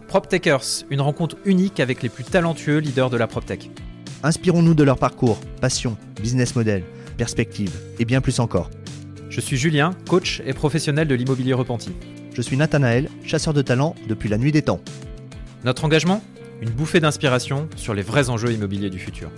PropTechers, une rencontre unique avec les plus talentueux leaders de la PropTech. Inspirons-nous de leur parcours, passion, business model, perspective et bien plus encore. Je suis Julien, coach et professionnel de l'immobilier repenti. Je suis Nathanaël, chasseur de talent depuis la nuit des temps. Notre engagement ? Une bouffée d'inspiration sur les vrais enjeux immobiliers du futur.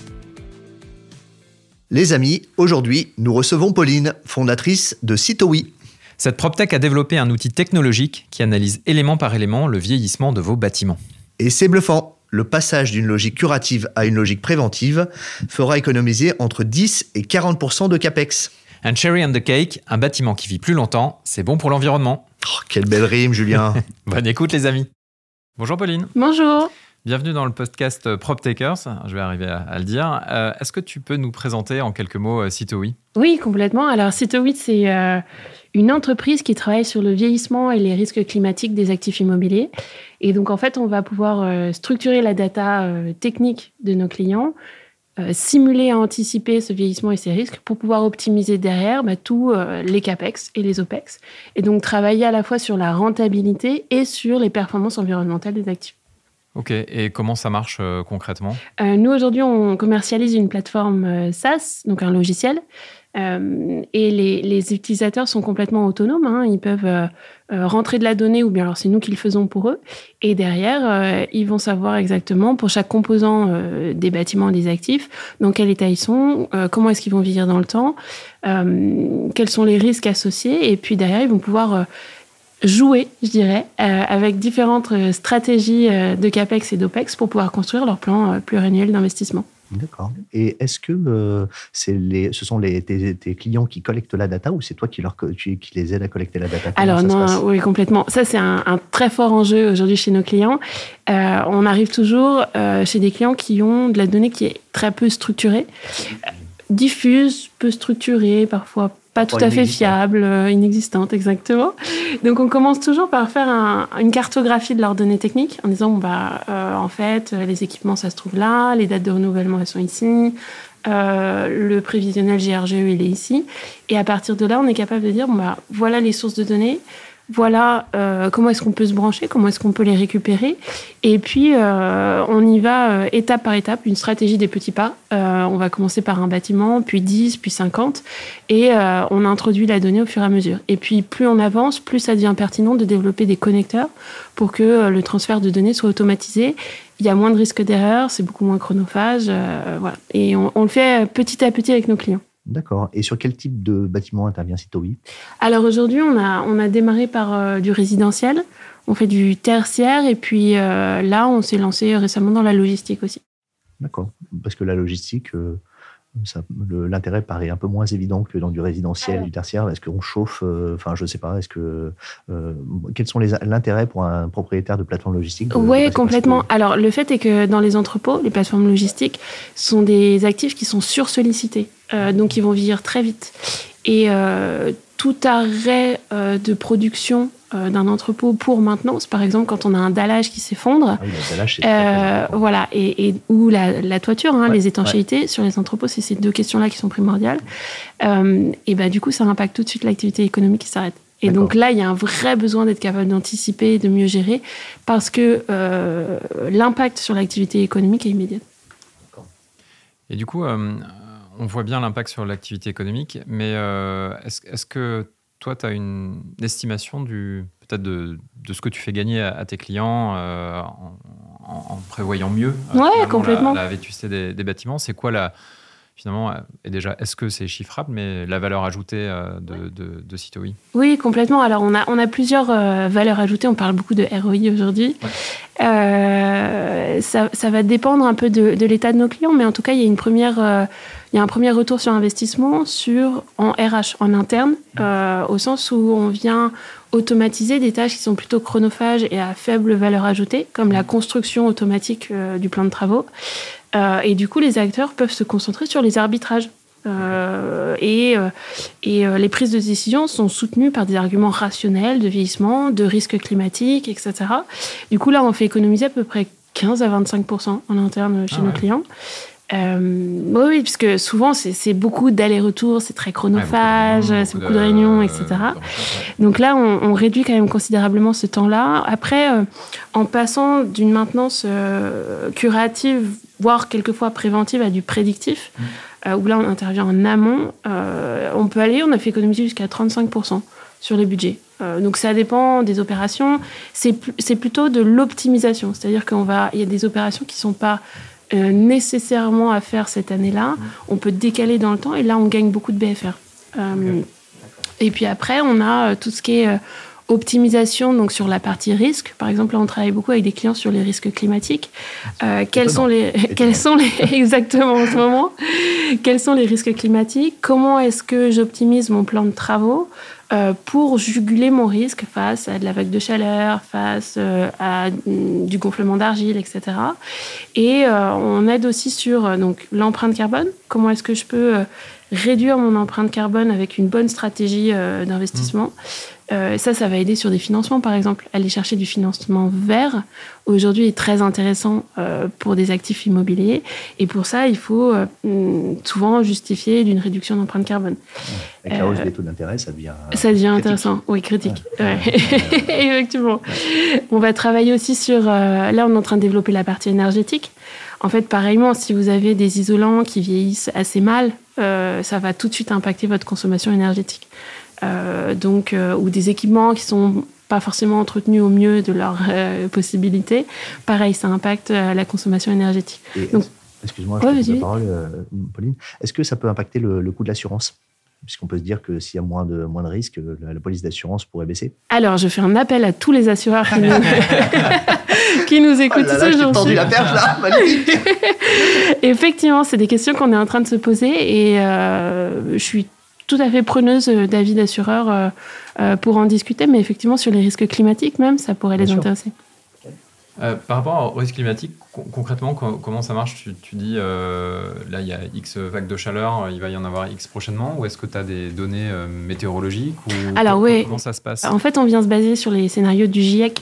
Les amis, aujourd'hui, nous recevons Pauline, fondatrice de Citowi. Cette PropTech a développé un outil technologique qui analyse élément par élément le vieillissement de vos bâtiments. Et c'est bluffant, le passage d'une logique curative à une logique préventive fera économiser entre 10 et 40% de CAPEX. And cherry on the cake, un bâtiment qui vit plus longtemps, c'est bon pour l'environnement. Oh, quelle belle rime, Julien. Bonne écoute les amis. Bonjour Pauline. Bonjour. Bienvenue dans le podcast PropTechers, je vais arriver à le dire. Est-ce que tu peux nous présenter en quelques mots Citowi ? Oui, complètement. Alors Citowi, c'est une entreprise qui travaille sur le vieillissement et les risques climatiques des actifs immobiliers. Et donc en fait, on va pouvoir structurer la data technique de nos clients, simuler et anticiper ce vieillissement et ces risques pour pouvoir optimiser derrière tous les CAPEX et les OPEX. Et donc travailler à la fois sur la rentabilité et sur les performances environnementales des actifs. Ok, et comment ça marche concrètement ? Nous, aujourd'hui, on commercialise une plateforme SaaS, donc un logiciel, et les utilisateurs sont complètement autonomes. Ils peuvent rentrer de la donnée, ou bien alors c'est nous qui le faisons pour eux, et derrière, ils vont savoir exactement, pour chaque composant des bâtiments et des actifs, dans quel état ils sont, comment est-ce qu'ils vont vieillir dans le temps, quels sont les risques associés, et puis derrière, ils vont pouvoir jouer, je dirais, avec différentes stratégies de CAPEX et d'OPEX pour pouvoir construire leur plan pluriannuel d'investissement. D'accord. Et est-ce que ce sont tes clients qui collectent la data ou c'est toi qui les aides à collecter la data ? Alors non, oui, complètement. Ça, c'est un très fort enjeu aujourd'hui chez nos clients. On arrive toujours chez des clients qui ont de la donnée qui est très peu structurée, diffuse, peu structurée, parfois pas tout à fait fiable, inexistante, exactement. Donc, on commence toujours par faire une cartographie de leurs données techniques en disant, en fait, les équipements, ça se trouve là, les dates de renouvellement, elles sont ici, le prévisionnel GRGE, il est ici. Et à partir de là, on est capable de dire, voilà les sources de données, voilà comment est-ce qu'on peut se brancher, comment est-ce qu'on peut les récupérer. Et puis, on y va étape par étape, une stratégie des petits pas. On va commencer par un bâtiment, puis 10, puis 50. Et on introduit la donnée au fur et à mesure. Et puis, plus on avance, plus ça devient pertinent de développer des connecteurs pour que le transfert de données soit automatisé. Il y a moins de risques d'erreur, c'est beaucoup moins chronophage. Voilà. Et on le fait petit à petit avec nos clients. D'accord. Et sur quel type de bâtiment intervient Citowi ? Alors aujourd'hui, on a démarré par du résidentiel, on fait du tertiaire et puis là, on s'est lancé récemment dans la logistique aussi. D'accord. Parce que la logistique, l'intérêt paraît un peu moins évident que dans du résidentiel, du tertiaire. Est-ce qu'on chauffe ? Je ne sais pas. Quels sont l'intérêt pour un propriétaire de plateforme logistique ? Oui, complètement. Alors, le fait est que dans les entrepôts, les plateformes logistiques sont des actifs qui sont sursollicités. Donc, ils vont vieillir très vite. Et tout arrêt de production d'un entrepôt pour maintenance, par exemple, quand on a un dallage qui s'effondre, le dallage, c'est voilà, ou la toiture, les étanchéités, sur les entrepôts, c'est ces deux questions-là qui sont primordiales. Et du coup, ça impacte tout de suite l'activité économique qui s'arrête. Et donc là, il y a un vrai besoin d'être capable d'anticiper, de mieux gérer, parce que l'impact sur l'activité économique est immédiat. Et du coup, on voit bien l'impact sur l'activité économique, mais est-ce que toi, tu as une estimation peut-être de ce que tu fais gagner à tes clients en prévoyant mieux complètement. La vétusté des bâtiments ? C'est quoi finalement, et déjà, est-ce que c'est chiffrable, mais la valeur ajoutée de Citowi ? Oui, complètement. Alors, on a plusieurs valeurs ajoutées. On parle beaucoup de ROI aujourd'hui. Ouais. Ça va dépendre un peu de l'état de nos clients, mais en tout cas, il y a un premier retour sur investissement en RH, en interne, au sens où on vient automatiser des tâches qui sont plutôt chronophages et à faible valeur ajoutée, comme la construction automatique du plan de travaux. Et du coup, les acteurs peuvent se concentrer sur les arbitrages. Et les prises de décision sont soutenues par des arguments rationnels de vieillissement, de risques climatiques, etc. Du coup, là, on fait économiser à peu près 15 à 25% en interne chez nos clients. Oui, parce que souvent, c'est beaucoup d'allers-retours, c'est très chronophage, c'est beaucoup de réunions, etc. Donc là, on réduit quand même considérablement ce temps-là. Après, en passant d'une maintenance curative, voire quelquefois préventive, à du prédictif, où là, on intervient en amont, on a fait économiser jusqu'à 35% sur les budgets. Donc ça dépend des opérations. C'est plutôt de l'optimisation. C'est-à-dire qu'il y a des opérations qui ne sont pas nécessairement à faire cette année-là. On peut décaler dans le temps et là, on gagne beaucoup de BFR. Et puis après, on a tout ce qui est optimisation donc sur la partie risque. Par exemple, là, on travaille beaucoup avec des clients sur les risques climatiques. Quels sont les exactement en ce moment, quels sont les risques climatiques? Comment est-ce que j'optimise mon plan de travaux pour juguler mon risque face à de la vague de chaleur, face à du gonflement d'argile, etc. Et on aide aussi sur donc, l'empreinte carbone. Comment est-ce que je peux réduire mon empreinte carbone avec une bonne stratégie d'investissement. Ça va aider sur des financements, par exemple. Aller chercher du financement vert, aujourd'hui, est très intéressant pour des actifs immobiliers. Et pour ça, il faut souvent justifier d'une réduction d'empreinte carbone. Avec la hausse des taux d'intérêt, ça devient intéressant. Oui, critique. Ouais. Effectivement. On va travailler aussi sur... là, on est en train de développer la partie énergétique. En fait, pareillement, si vous avez des isolants qui vieillissent assez mal, ça va tout de suite impacter votre consommation énergétique. Ou des équipements qui sont pas forcément entretenus au mieux de leurs possibilités. Pareil, ça impacte la consommation énergétique. Excuse-moi, je te pose la parole, Pauline. Est-ce que ça peut impacter le coût de l'assurance ? Puisqu'on peut se dire que s'il y a moins de risques, la police d'assurance pourrait baisser. Alors, je fais un appel à tous les assureurs qui nous écoutent aujourd'hui. J'ai tendu la perche, là, magnifique. Effectivement, c'est des questions qu'on est en train de se poser et je suis tout à fait preneuse d'avis d'assureurs pour en discuter, mais effectivement, sur les risques climatiques même, ça pourrait les intéresser. Par rapport au risque climatique, concrètement, comment ça marche ? Tu dis, là, il y a X vagues de chaleur, il va y en avoir X prochainement, ou est-ce que tu as des données météorologiques ou Alors, oui. Comment ça se passe ? En fait, on vient se baser sur les scénarios du GIEC.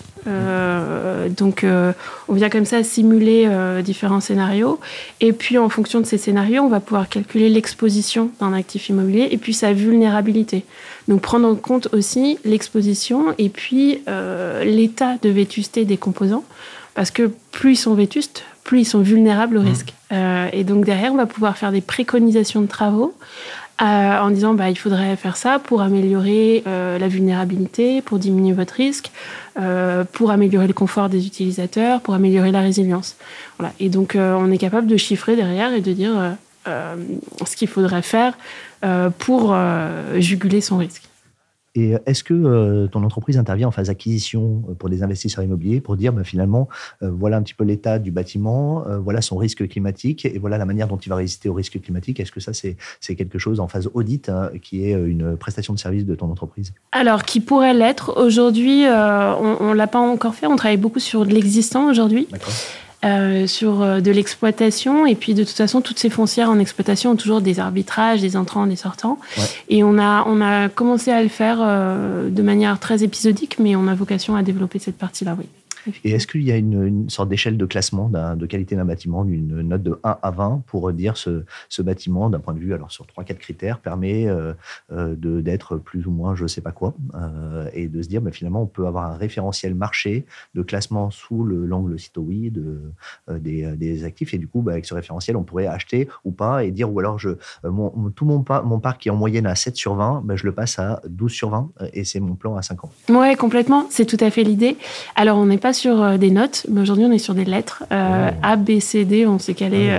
On vient comme ça simuler différents scénarios. Et puis, en fonction de ces scénarios, on va pouvoir calculer l'exposition d'un actif immobilier et puis sa vulnérabilité. Donc, prendre en compte aussi l'exposition et puis l'état de vétusté des composants. Parce que plus ils sont vétustes, plus ils sont vulnérables au risque. Et donc, derrière, on va pouvoir faire des préconisations de travaux en disant il faudrait faire ça pour améliorer la vulnérabilité, pour diminuer votre risque, pour améliorer le confort des utilisateurs, pour améliorer la résilience. Voilà. Et donc, on est capable de chiffrer derrière et de dire ce qu'il faudrait faire pour juguler son risque. Et est-ce que ton entreprise intervient en phase d'acquisition pour des investisseurs immobiliers pour dire finalement, voilà un petit peu l'état du bâtiment, voilà son risque climatique et voilà la manière dont il va résister au risque climatique. Est-ce que ça, c'est quelque chose en phase audit qui est une prestation de service de ton entreprise ? Alors, qui pourrait l'être. Aujourd'hui, on ne l'a pas encore fait. On travaille beaucoup sur de l'existant aujourd'hui. D'accord. Sur de l'exploitation et puis de toute façon toutes ces foncières en exploitation ont toujours des arbitrages, des entrants, des sortants et on a commencé à le faire de manière très épisodique mais on a vocation à développer cette partie-là, oui. Et est-ce qu'il y a une sorte d'échelle de classement de qualité d'un bâtiment, d'une note de 1 à 20 pour dire ce bâtiment, d'un point de vue, alors sur 3-4 critères, permet d'être plus ou moins je ne sais pas quoi, et de se dire finalement on peut avoir un référentiel marché de classement sous l'angle Citowi des actifs et du coup avec ce référentiel on pourrait acheter ou pas et dire ou alors tout mon parc qui est en moyenne à 7 sur 20, je le passe à 12 sur 20 et c'est mon plan à 5 ans. Oui, complètement, c'est tout à fait l'idée. Alors on n'est pas sur des notes, mais aujourd'hui on est sur des lettres A, B, C, D, on s'est calé.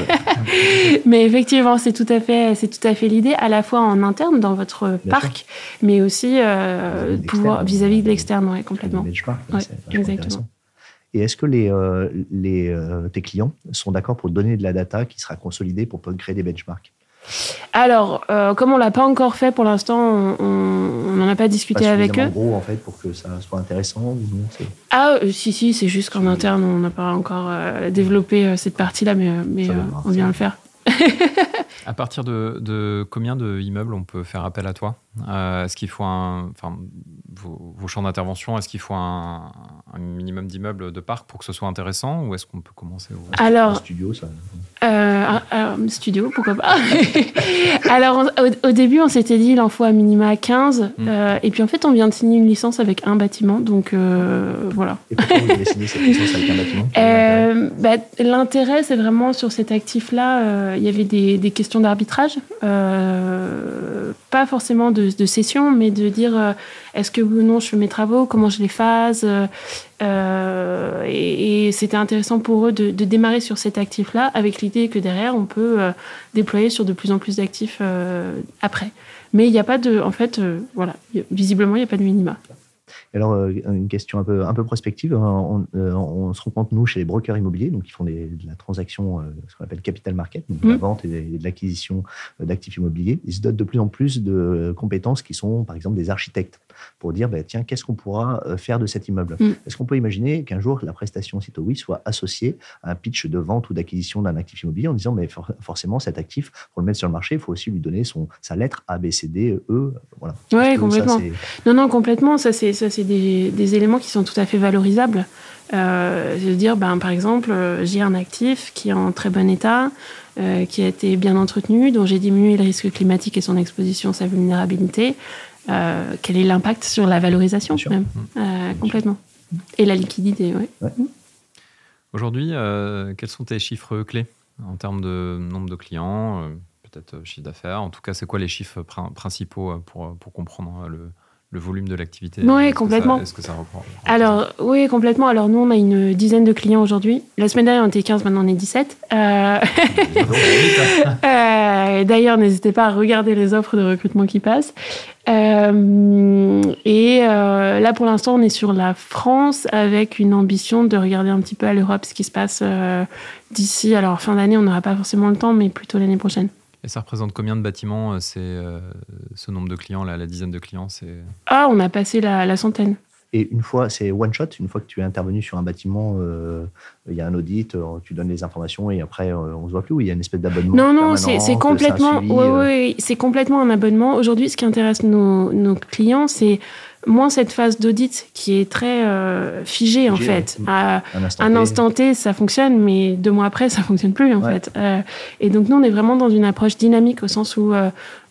Mais effectivement, c'est tout à fait l'idée, à la fois en interne dans votre parc, mais aussi pouvoir vis-à-vis de l'externe, complètement. Exactement. Et est-ce que tes clients sont d'accord pour donner de la data qui sera consolidée pour créer des benchmarks ? Alors, comme on ne l'a pas encore fait pour l'instant, on n'en a pas discuté avec eux. En gros, en fait, pour que ça soit intéressant ou non, si, c'est juste qu'en interne, on n'a pas encore développé cette partie-là, mais on vient le faire. À partir de combien d'immeubles on peut faire appel à toi? Est-ce qu'il faut vos champs d'intervention, est-ce qu'il faut un minimum d'immeubles de parc pour que ce soit intéressant, ou est-ce qu'on peut commencer un studio, ça un studio, pourquoi pas. Alors, au début, on s'était dit il en faut à minima 15. Et puis, en fait, on vient de signer une licence avec un bâtiment. Donc, voilà. Et pourquoi vous avez signé cette licence avec un bâtiment? L'intérêt, c'est vraiment sur cet actif-là, il y avait des questions d'arbitrage. Pas forcément de cession, mais de dire est-ce que oui ou non je fais mes travaux, comment je les phase. Et c'était intéressant pour eux de démarrer sur cet actif-là, avec l'idée que derrière, on peut déployer sur de plus en plus d'actifs après. Mais il n'y a pas de... En fait, voilà, visiblement, il n'y a pas de minima. Alors, une question un peu prospective. On se rend compte, nous, chez les brokers immobiliers, donc, qui font de la transaction, ce qu'on appelle capital market, donc de la vente et de l'acquisition d'actifs immobiliers. Ils se dotent de plus en plus de compétences qui sont, par exemple, des architectes, pour dire, tiens, qu'est-ce qu'on pourra faire de cet immeuble? Est-ce qu'on peut imaginer qu'un jour, la prestation Citowi soit associée à un pitch de vente ou d'acquisition d'un actif immobilier en disant, mais forcément, cet actif, pour le mettre sur le marché, il faut aussi lui donner sa lettre A, B, C, D, E. Voilà. Oui, complètement. Non, complètement. Ça, c'est des éléments qui sont tout à fait valorisables. Je veux dire, par exemple, j'ai un actif qui est en très bon état, qui a été bien entretenu, dont j'ai diminué le risque climatique et son exposition, sa vulnérabilité. Quel est l'impact sur la valorisation même complètement. Et la liquidité, oui. Ouais. Aujourd'hui, quels sont tes chiffres clés en termes de nombre de clients, peut-être chiffre d'affaires? En tout cas, c'est quoi les chiffres principaux pour comprendre le volume de l'activité? Oui, complètement. Est-ce que ça reprend? Alors, oui, complètement. Alors, nous, on a une dizaine de clients aujourd'hui. La semaine dernière, on était 15, maintenant on est 17. D'ailleurs, n'hésitez pas à regarder les offres de recrutement qui passent. Là, pour l'instant, on est sur la France avec une ambition de regarder un petit peu à l'Europe ce qui se passe d'ici. Alors, fin d'année, on n'aura pas forcément le temps, mais plutôt l'année prochaine. Et ça représente combien de bâtiments, ce nombre de clients, la dizaine de clients? On a passé la centaine. Et une fois, c'est one shot, une fois que tu es intervenu sur un bâtiment, il y a un audit, tu donnes les informations et après on se voit plus, ou il y a une espèce d'abonnement? Non, c'est complètement, c'est complètement un abonnement. Aujourd'hui, ce qui intéresse nos clients, c'est moins cette phase d'audit qui est très figée en fait. À un instant T, ça fonctionne, mais 2 mois après, ça fonctionne plus en fait. Et donc nous, on est vraiment dans une approche dynamique au sens où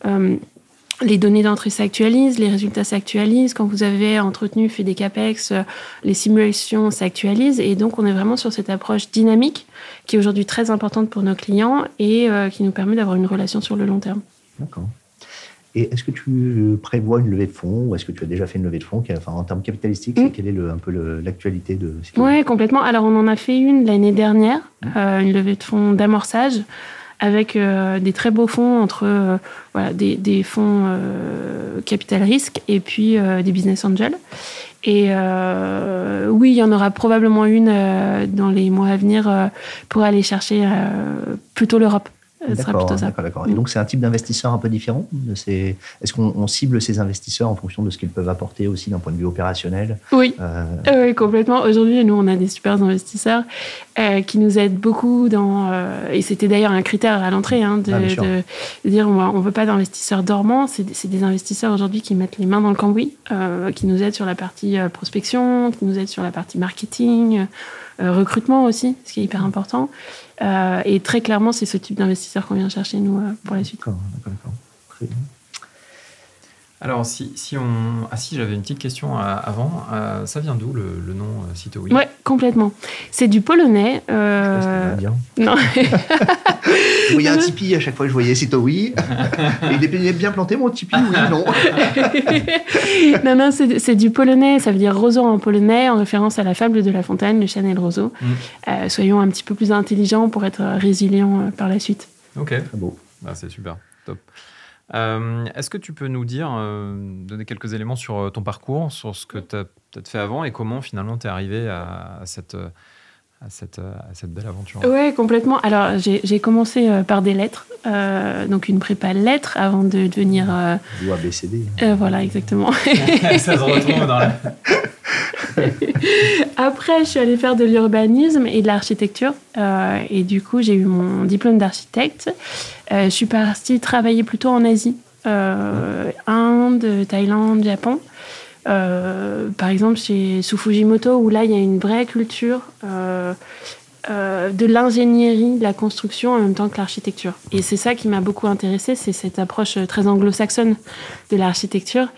les données d'entrée s'actualisent, les résultats s'actualisent. Quand vous avez entretenu, fait des CAPEX, les simulations s'actualisent. Et donc, on est vraiment sur cette approche dynamique qui est aujourd'hui très importante pour nos clients et qui nous permet d'avoir une relation sur le long terme. D'accord. Et est-ce que tu prévois une levée de fonds, ou est-ce que tu as déjà fait une levée de fonds? En termes capitalistiques, quelle est l'actualité de Citowi? Oui, complètement. Alors, on en a fait une l'année dernière, une levée de fonds d'amorçage, avec des très beaux fonds entre des fonds capital risque et puis des business angels. Et oui, il y en aura probablement une dans les mois à venir pour aller chercher plutôt l'Europe. D'accord. Et donc, c'est un type d'investisseur un peu différent? Est-ce qu'on cible ces investisseurs en fonction de ce qu'ils peuvent apporter aussi d'un point de vue opérationnel? Oui, oui, complètement. Aujourd'hui, nous, on a des super investisseurs qui nous aident beaucoup et c'était d'ailleurs un critère à l'entrée, de dire on ne veut pas d'investisseurs dormants. C'est des investisseurs aujourd'hui qui mettent les mains dans le cambouis, qui nous aident sur la partie prospection, qui nous aident sur la partie marketing, recrutement aussi, ce qui est hyper important. Et très clairement, c'est ce type d'investisseur qu'on vient chercher, nous, pour la suite. D'accord. Très bien. Alors, si j'avais une petite question avant. Ça vient d'où le nom Citowi? Oui, complètement. C'est du polonais. Non. Je voyais un Tipeee à chaque fois que je voyais Citowi. Il est bien planté, mon Tipeee, oui, non. Non, c'est du polonais. Ça veut dire roseau en polonais, en référence à la fable de La Fontaine, le chêne et le roseau. Soyons un petit peu plus intelligents pour être résilients par la suite. Ok. Très beau. C'est super. Top. Est-ce que tu peux nous donner quelques éléments sur ton parcours, sur ce que tu as peut-être fait avant et comment finalement tu es arrivé à cette belle aventure? Oui, complètement. Alors, j'ai commencé par des lettres, donc une prépa lettres avant de devenir... Ou ABCD. Voilà, exactement. Ça se retrouve dans la... Après, je suis allée faire de l'urbanisme et de l'architecture. Et du coup, j'ai eu mon diplôme d'architecte. Je suis partie travailler plutôt en Asie. Inde, Thaïlande, Japon. Par exemple, chez sous Fujimoto, où là, il y a une vraie culture de l'ingénierie, de la construction en même temps que l'architecture. Et c'est ça qui m'a beaucoup intéressée, c'est cette approche très anglo-saxonne de l'architecture,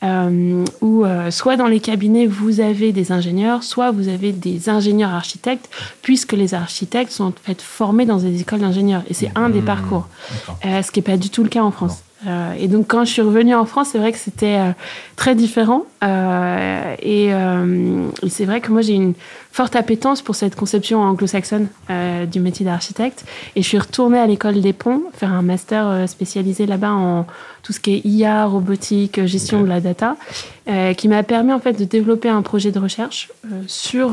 où soit dans les cabinets, vous avez des ingénieurs, soit vous avez des ingénieurs architectes, puisque les architectes sont en fait formés dans des écoles d'ingénieurs. Et c'est un des parcours, ce qui n'est pas du tout le cas en France. Et donc, quand je suis revenue en France, c'est vrai que c'était très différent. Et c'est vrai que moi, j'ai une forte appétence pour cette conception anglo-saxonne du métier d'architecte. Et je suis retournée à l'école des Ponts, faire un master spécialisé là-bas en tout ce qui est IA, robotique, gestion de la data, qui m'a permis en fait de développer un projet de recherche sur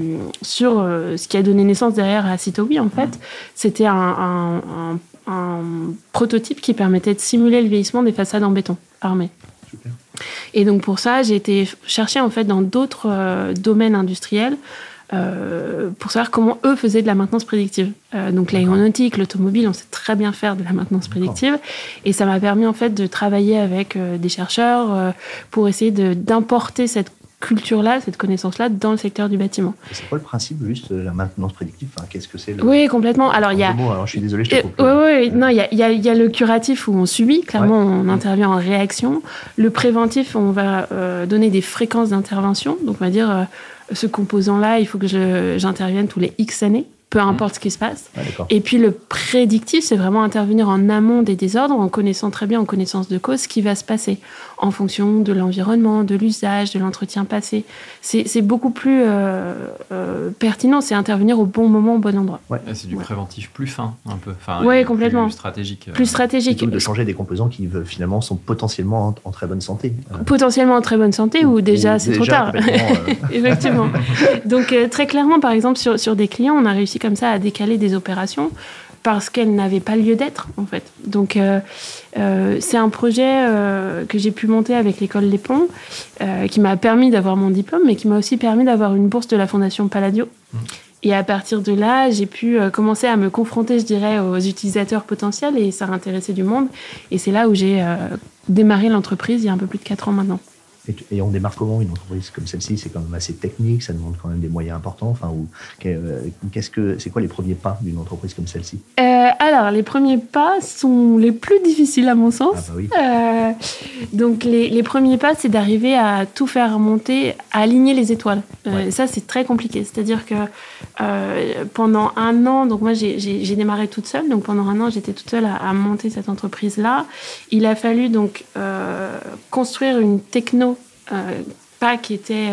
ce qui a donné naissance derrière à Citowi. En fait, c'était un prototype qui permettait de simuler le vieillissement des façades en béton armé. Super. Et donc pour ça, j'ai été chercher en fait dans d'autres domaines industriels pour savoir comment eux faisaient de la maintenance prédictive. Donc l'aéronautique, l'automobile, on sait très bien faire de la maintenance prédictive. Et ça m'a permis en fait de travailler avec des chercheurs pour essayer d'importer cette culture-là, cette connaissance-là dans le secteur du bâtiment. Et c'est quoi le principe juste de la maintenance prédictive? Enfin, qu'est-ce que c'est Oui, complètement. Alors, il y a... Alors, je suis désolé, je te coupe. Oui, non, il y a le curatif où on subit, clairement, on intervient en réaction. Le préventif, on va donner des fréquences d'intervention. Donc, on va dire, ce composant-là, il faut que j'intervienne tous les X années, peu importe ce qui se passe. Et puis, le prédictif, c'est vraiment intervenir en amont des désordres, en connaissant très bien, en connaissance de cause, ce qui va se passer en fonction de l'environnement, de l'usage, de l'entretien passé. C'est beaucoup plus pertinent, c'est intervenir au bon moment, au bon endroit. Ouais. C'est du préventif plus fin, un peu. Enfin, complètement. Plus stratégique. Plus stratégique. Plutôt de changer des composants qui, finalement, sont potentiellement en très bonne santé. Potentiellement en très bonne santé, ou déjà c'est trop tard. Effectivement. Donc, très clairement, par exemple, sur des clients, on a réussi comme ça à décaler des opérations parce qu'elles n'avaient pas lieu d'être, en fait. Donc, c'est un projet que j'ai pu monter avec l'école des Ponts, qui m'a permis d'avoir mon diplôme, mais qui m'a aussi permis d'avoir une bourse de la Fondation Palladio. Et à partir de là, j'ai pu commencer à me confronter, je dirais, aux utilisateurs potentiels, et ça a intéressé du monde. Et c'est là où j'ai démarré l'entreprise, il y a un peu plus de 4 ans maintenant. Et on démarre comment une entreprise comme celle-ci? C'est quand même assez technique, ça demande quand même des moyens importants. Enfin, c'est quoi les premiers pas d'une entreprise comme celle-ci? Alors, les premiers pas sont les plus difficiles à mon sens. Ah bah oui. Donc, les premiers pas, c'est d'arriver à tout faire remonter, à aligner les étoiles. Ça, c'est très compliqué. C'est-à-dire que pendant un an, donc moi, j'ai démarré toute seule. Donc, pendant un an, j'étais toute seule à monter cette entreprise-là. Il a fallu donc construire une techno, pas qui était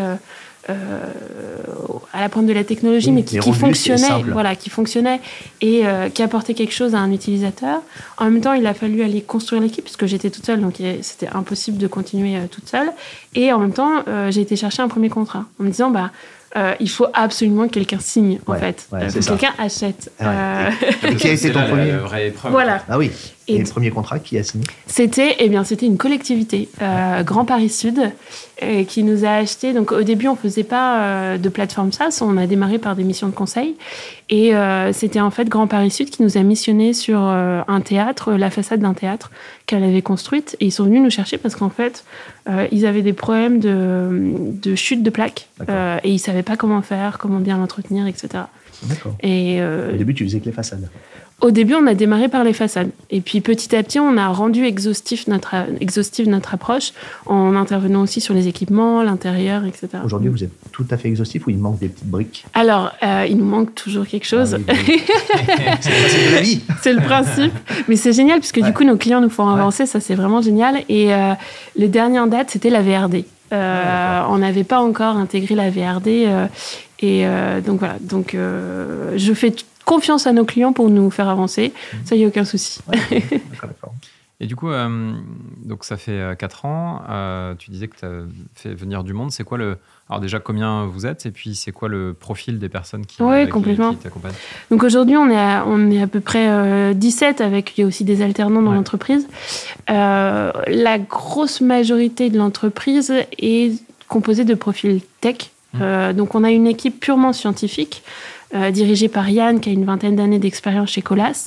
à la pointe de la technologie, mais qui fonctionnait, qui fonctionnait et qui apportait quelque chose à un utilisateur. En même temps, il a fallu aller construire l'équipe, puisque j'étais toute seule, donc c'était impossible de continuer toute seule. Et en même temps, j'ai été chercher un premier contrat, en me disant, il faut absolument que quelqu'un signe, en fait. Que quelqu'un achète. Qui a été ton premier? La vraie épreuve. Voilà. Ah oui. Et le premier contrat, qui a signé? C'était une collectivité, Grand Paris Sud, qui nous a acheté. Donc, au début, on ne faisait pas de plateforme SaaS. On a démarré par des missions de conseil. Et c'était en fait Grand Paris Sud qui nous a missionné sur un théâtre, la façade d'un théâtre qu'elle avait construite. Et ils sont venus nous chercher parce qu'en fait, ils avaient des problèmes de chute de plaques. Et ils ne savaient pas comment faire, comment bien l'entretenir, etc. D'accord. Et au début, tu faisais que les façades? Au début, on a démarré par les façades. Et puis, petit à petit, on a rendu exhaustive notre approche en intervenant aussi sur les équipements, l'intérieur, etc. Aujourd'hui, vous êtes tout à fait exhaustif ou il manque des petites briques? Alors, il nous manque toujours quelque chose. Ah oui. C'est le principe de la vie. C'est le principe. Mais c'est génial, puisque du coup, nos clients nous font avancer. Ça, c'est vraiment génial. Et le dernier en date, c'était la VRD. On n'avait pas encore intégré la VRD. Donc, voilà. Donc, je fais confiance à nos clients pour nous faire avancer. Ça, il n'y a aucun souci. D'accord. Et du coup, donc ça fait 4 ans. Tu disais que tu as fait venir du monde. C'est quoi alors déjà, combien vous êtes? Et puis, c'est quoi le profil des personnes qui t'accompagnent? Donc aujourd'hui, on est à peu près 17, il y a aussi des alternants dans l'entreprise. La grosse majorité de l'entreprise est composée de profils tech. Donc, on a une équipe purement scientifique, dirigée par Yann, qui a une 20aine d'années d'expérience chez Colas.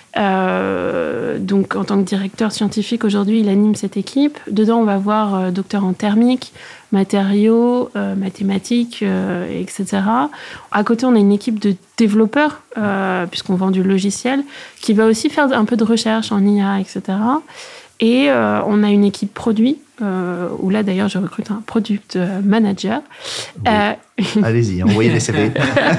Donc, en tant que directeur scientifique, aujourd'hui, il anime cette équipe. Dedans, on va voir docteur en thermique, matériaux, mathématiques, etc. À côté, on a une équipe de développeurs, puisqu'on vend du logiciel, qui va aussi faire un peu de recherche en IA, etc. Et on a une équipe produit, où là, d'ailleurs, je recrute un product manager. Oui. Allez-y, envoyez des CV.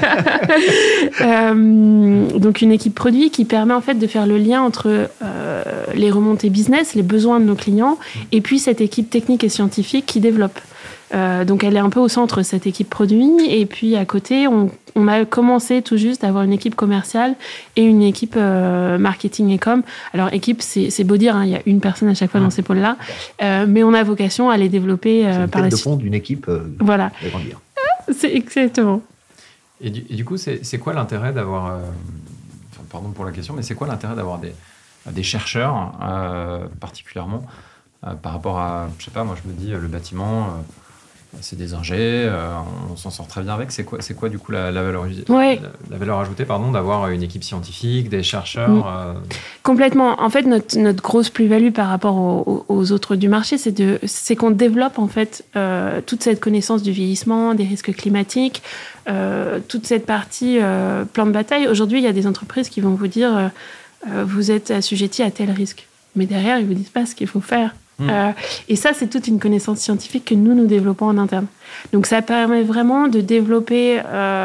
Donc, une équipe produit qui permet en fait de faire le lien entre les remontées business, les besoins de nos clients, et puis cette équipe technique et scientifique qui développe. Donc, elle est un peu au centre, cette équipe produit. Et puis, à côté, on a commencé tout juste à avoir une équipe commerciale et une équipe marketing et com. Alors, équipe, c'est beau dire, hein, il y a une personne à chaque fois dans ces pôles-là. Mais on a vocation à les développer par la suite. C'est de fond d'une équipe voilà. qui va grandir. C'est exactement. Et du coup, c'est quoi l'intérêt d'avoir... pardon pour la question, mais c'est quoi l'intérêt d'avoir des chercheurs, particulièrement, par rapport à... Je sais pas, moi je me dis, le bâtiment... c'est des ingés, on s'en sort très bien avec. C'est quoi du coup la valeur ajoutée d'avoir une équipe scientifique, des chercheurs Complètement. En fait, notre grosse plus-value par rapport aux autres du marché, c'est qu'on développe en fait toute cette connaissance du vieillissement, des risques climatiques, toute cette partie plan de bataille. Aujourd'hui, il y a des entreprises qui vont vous dire vous êtes assujetti à tel risque. Mais derrière, ils ne vous disent pas ce qu'il faut faire. Et ça, c'est toute une connaissance scientifique que nous développons en interne. Donc, ça permet vraiment de développer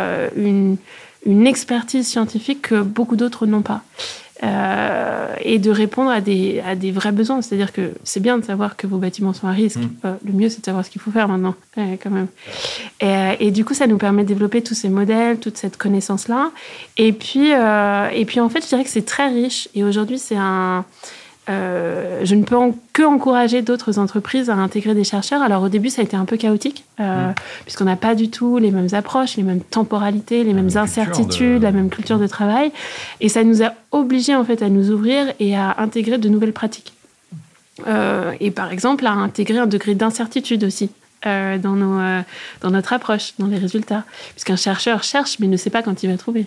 une expertise scientifique que beaucoup d'autres n'ont pas. Et de répondre à des vrais besoins. C'est-à-dire que c'est bien de savoir que vos bâtiments sont à risque. Le mieux, c'est de savoir ce qu'il faut faire maintenant, quand même. Et du coup, ça nous permet de développer tous ces modèles, toute cette connaissance-là. Et puis, en fait, je dirais que c'est très riche. Et aujourd'hui, c'est je ne peux que encourager d'autres entreprises à intégrer des chercheurs. Alors au début, ça a été un peu chaotique, puisqu'on n'a pas du tout les mêmes approches, les mêmes temporalités, les mêmes incertitudes, la même culture de travail. Et ça nous a obligés en fait à nous ouvrir et à intégrer de nouvelles pratiques. Et par exemple, à intégrer un degré d'incertitude aussi. Dans notre approche, dans les résultats. Puisqu'un chercheur cherche, mais ne sait pas quand il va trouver.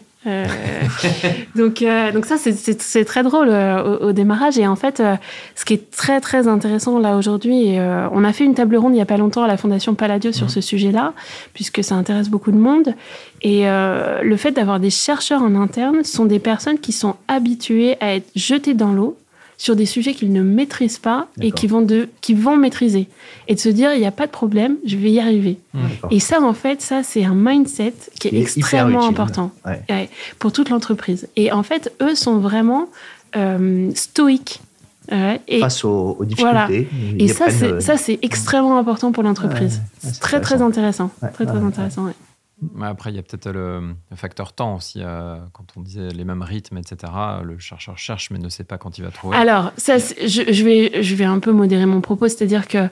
Donc ça, c'est très drôle au démarrage. Et en fait, ce qui est très, très intéressant là aujourd'hui, on a fait une table ronde il n'y a pas longtemps à la Fondation Palladio sur ce sujet-là, puisque ça intéresse beaucoup de monde. Et le fait d'avoir des chercheurs en interne sont des personnes qui sont habituées à être jetées dans l'eau sur des sujets qu'ils ne maîtrisent pas et qui vont maîtriser. Et de se dire, il n'y a pas de problème, je vais y arriver. Et ça, en fait, c'est un mindset qui est extrêmement important pour toute l'entreprise. Et en fait, eux sont vraiment stoïques. Face aux difficultés. Voilà. Et ça, c'est extrêmement important pour l'entreprise. C'est très, très intéressant. Très intéressant, Après, il y a peut-être le facteur temps aussi. Quand on disait les mêmes rythmes, etc., le chercheur cherche mais ne sait pas quand il va trouver. Alors, ça, je vais un peu modérer mon propos. C'est-à-dire que,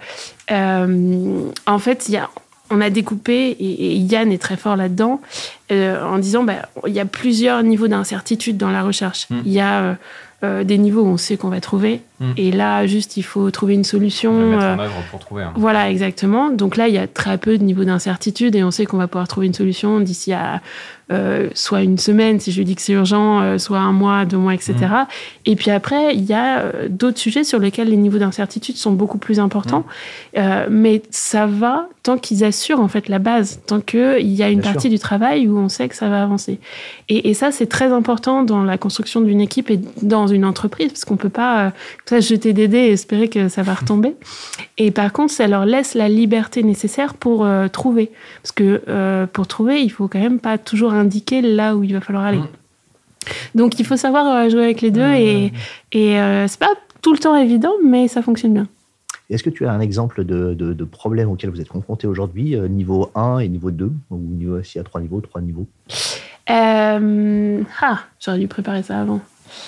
en fait, on a découpé, et Yann est très fort là-dedans, en disant il y a plusieurs niveaux d'incertitude dans la recherche. Il y a des niveaux où on sait qu'on va trouver. Et là, juste, il faut trouver une solution. On va mettre en œuvre pour trouver. Voilà, exactement. Donc là, il y a très peu de niveaux d'incertitude et on sait qu'on va pouvoir trouver une solution d'ici à soit une semaine, si je lui dis que c'est urgent, soit 1 mois, 2 mois, etc. Et puis après, il y a d'autres sujets sur lesquels les niveaux d'incertitude sont beaucoup plus importants. Mais ça va tant qu'ils assurent en fait la base, tant qu'il y a une partie du travail où on sait que ça va avancer. Et ça, c'est très important dans la construction d'une équipe et dans une entreprise, parce qu'on ne peut pas jeter des dés et espérer que ça va retomber. Et par contre, ça leur laisse la liberté nécessaire pour trouver. Parce que pour trouver, il faut quand même pas toujours indiquer là où il va falloir aller. Donc, il faut savoir jouer avec les deux et c'est pas tout le temps évident, mais ça fonctionne bien. Est-ce que tu as un exemple de problème auquel vous êtes confronté aujourd'hui, niveau 1 et niveau 2, ou s'il y a 3 niveaux, j'aurais dû préparer ça avant.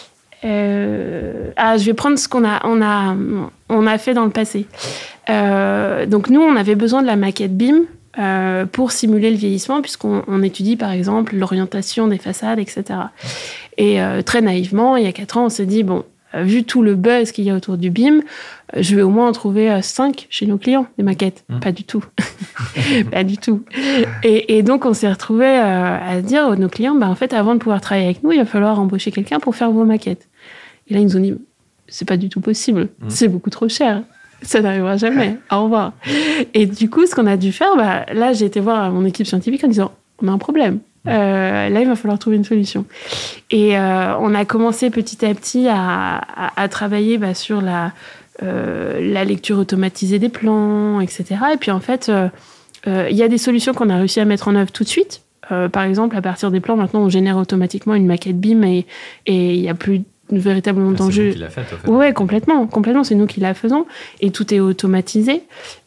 Je vais prendre ce qu'on a fait dans le passé. Donc nous, on avait besoin de la maquette BIM pour simuler le vieillissement, puisqu'on étudie par exemple l'orientation des façades, etc. Et très naïvement, il y a 4 ans, on s'est dit vu tout le buzz qu'il y a autour du BIM, je vais au moins en trouver 5 chez nos clients, des maquettes. Pas du tout. Pas du tout. Et donc, on s'est retrouvés à dire à nos clients, en fait, avant de pouvoir travailler avec nous, il va falloir embaucher quelqu'un pour faire vos maquettes. Et là, ils nous ont dit, c'est pas du tout possible. C'est beaucoup trop cher. Ça n'arrivera jamais. Au revoir. Et du coup, ce qu'on a dû faire, là, j'ai été voir mon équipe scientifique en disant, on a un problème. Là, il va falloir trouver une solution. Et on a commencé petit à petit à travailler sur la lecture automatisée des plans, etc. Et puis, en fait, il y a des solutions qu'on a réussi à mettre en œuvre tout de suite. Par exemple, à partir des plans, maintenant, on génère automatiquement une maquette BIM et il n'y a plus véritablement d'enjeu. C'est nous qui l'a fait, en fait. Oui, complètement, c'est nous qui la faisons. Et tout est automatisé.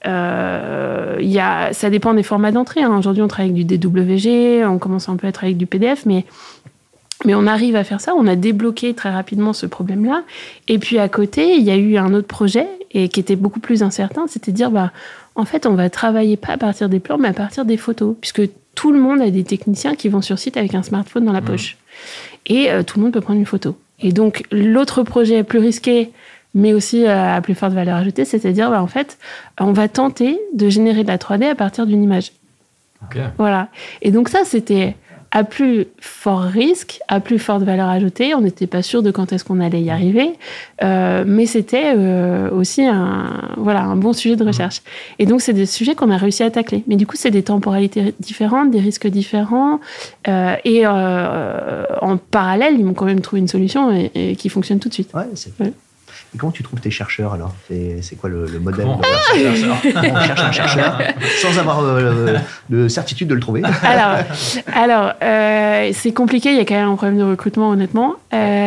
Ça dépend des formats d'entrée. Aujourd'hui, on travaille avec du DWG, on commence un peu à être avec du PDF, mais on arrive à faire ça. On a débloqué très rapidement ce problème-là. Et puis, à côté, il y a eu un autre projet et qui était beaucoup plus incertain, c'était de dire, en fait, on va travailler pas à partir des plans, mais à partir des photos, puisque tout le monde a des techniciens qui vont sur site avec un smartphone dans la poche. Et tout le monde peut prendre une photo. Et donc, l'autre projet plus risqué, mais aussi à plus forte valeur ajoutée, c'est-à-dire, en fait, on va tenter de générer de la 3D à partir d'une image. Okay. Voilà. Et donc ça, c'était à plus fort risque, à plus forte valeur ajoutée. On n'était pas sûr de quand est-ce qu'on allait y arriver, mais c'était aussi un bon sujet de recherche. Et donc, c'est des sujets qu'on a réussi à tacler. Mais du coup, c'est des temporalités différentes, des risques différents. Et en parallèle, ils m'ont quand même trouvé une solution et qui fonctionne tout de suite. Ouais, c'est cool. Et comment tu trouves tes chercheurs, alors ? C'est quoi le modèle de chercheur ? On cherche un chercheur sans avoir de certitude de le trouver. Alors, c'est compliqué, il y a quand même un problème de recrutement, honnêtement.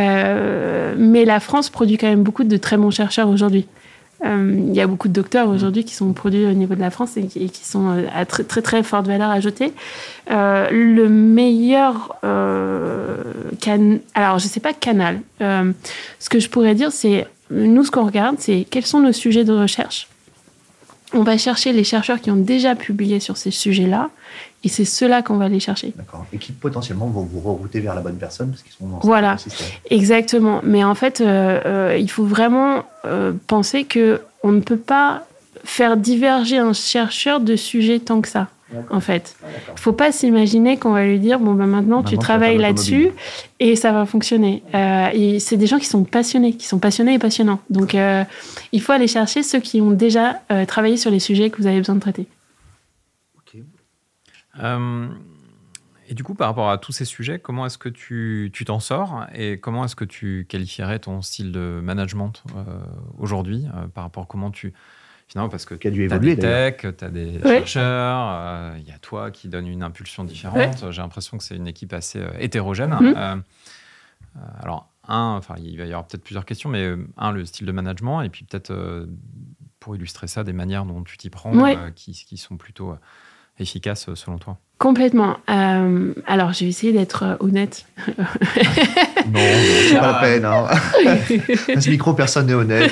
Mais la France produit quand même beaucoup de très bons chercheurs aujourd'hui. Il y a beaucoup de docteurs aujourd'hui qui sont produits au niveau de la France et qui sont à très, très, très forte valeur ajoutée. Le meilleur alors, je ne sais pas canal. Ce que je pourrais dire, c'est nous, ce qu'on regarde, c'est quels sont nos sujets de recherche. On va chercher les chercheurs qui ont déjà publié sur ces sujets-là, et c'est ceux-là qu'on va aller chercher. D'accord. Et qui potentiellement vont vous rerouter vers la bonne personne parce qu'ils sont dans voilà, ce système. Exactement. Mais en fait, il faut vraiment penser qu'on ne peut pas faire diverger un chercheur de sujet tant que ça. D'accord. En fait, il ne faut pas s'imaginer qu'on va lui dire maintenant tu travailles là-dessus et ça va fonctionner. Et c'est des gens qui sont passionnés et passionnants. Donc, il faut aller chercher ceux qui ont déjà travaillé sur les sujets que vous avez besoin de traiter. Ok. Et du coup, par rapport à tous ces sujets, comment est-ce que tu t'en sors et comment est-ce que tu qualifierais ton style de management aujourd'hui par rapport à comment tu... Finalement, parce que tu as des techs, tu as des chercheurs, il y a toi qui donne une impulsion différente. Ouais. J'ai l'impression que c'est une équipe assez hétérogène. Alors, il va y avoir peut-être plusieurs questions, mais le style de management, et puis peut-être, pour illustrer ça, des manières dont tu t'y prends qui sont plutôt efficaces selon toi. Complètement. Alors, je vais essayer d'être honnête. Non, c'est pas la peine. Hein. À ce micro, personne n'est honnête.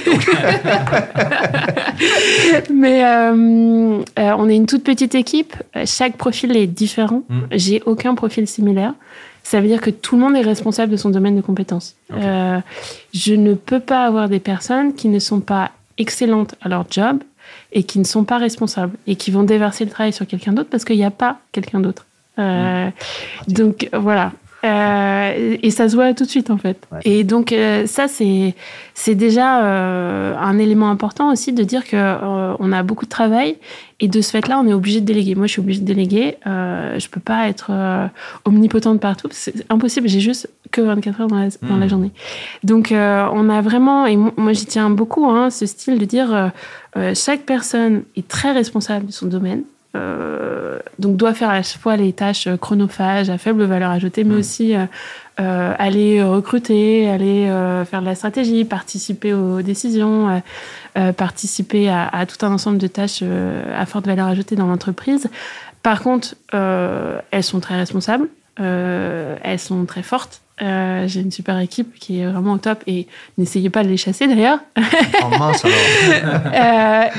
Mais on est une toute petite équipe. Chaque profil est différent. J'ai aucun profil similaire. Ça veut dire que tout le monde est responsable de son domaine de compétences. Okay. Je ne peux pas avoir des personnes qui ne sont pas excellentes à leur job et qui ne sont pas responsables et qui vont déverser le travail sur quelqu'un d'autre parce qu'il n'y a pas quelqu'un d'autre. Donc, voilà. Et ça se voit tout de suite, en fait. Ouais. Et donc, ça, c'est déjà un élément important aussi de dire qu'on a beaucoup de travail et de ce fait-là, on est obligé de déléguer. Moi, je suis obligée de déléguer. Je ne peux pas être omnipotente partout. C'est impossible. J'ai juste que 24 heures dans la journée. Donc, on a vraiment, et moi, j'y tiens beaucoup, ce style de dire chaque personne est très responsable de son domaine. Donc doit faire à la fois les tâches chronophages à faible valeur ajoutée, mais aussi aller recruter, aller faire de la stratégie, participer aux décisions, participer à tout un ensemble de tâches à forte valeur ajoutée dans l'entreprise. Par contre, elles sont très responsables, elles sont très fortes. J'ai une super équipe qui est vraiment au top et n'essayez pas de les chasser d'ailleurs. En mince alors.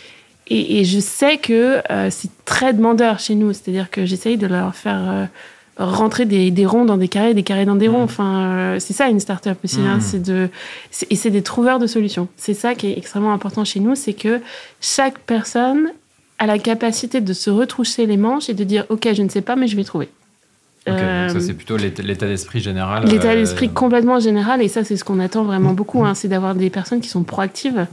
Et je sais que c'est très demandeur chez nous, c'est-à-dire que j'essaye de leur faire rentrer des ronds dans des carrés dans des ronds. Enfin, c'est ça une start-up aussi. Hein, c'est des trouveurs de solutions. C'est ça qui est extrêmement important chez nous, c'est que chaque personne a la capacité de se retrousser les manches et de dire « Ok, je ne sais pas, mais je vais trouver ». Donc ça, c'est plutôt l'état d'esprit général. L'état d'esprit complètement général, et ça, c'est ce qu'on attend vraiment beaucoup, hein, c'est d'avoir des personnes qui sont proactives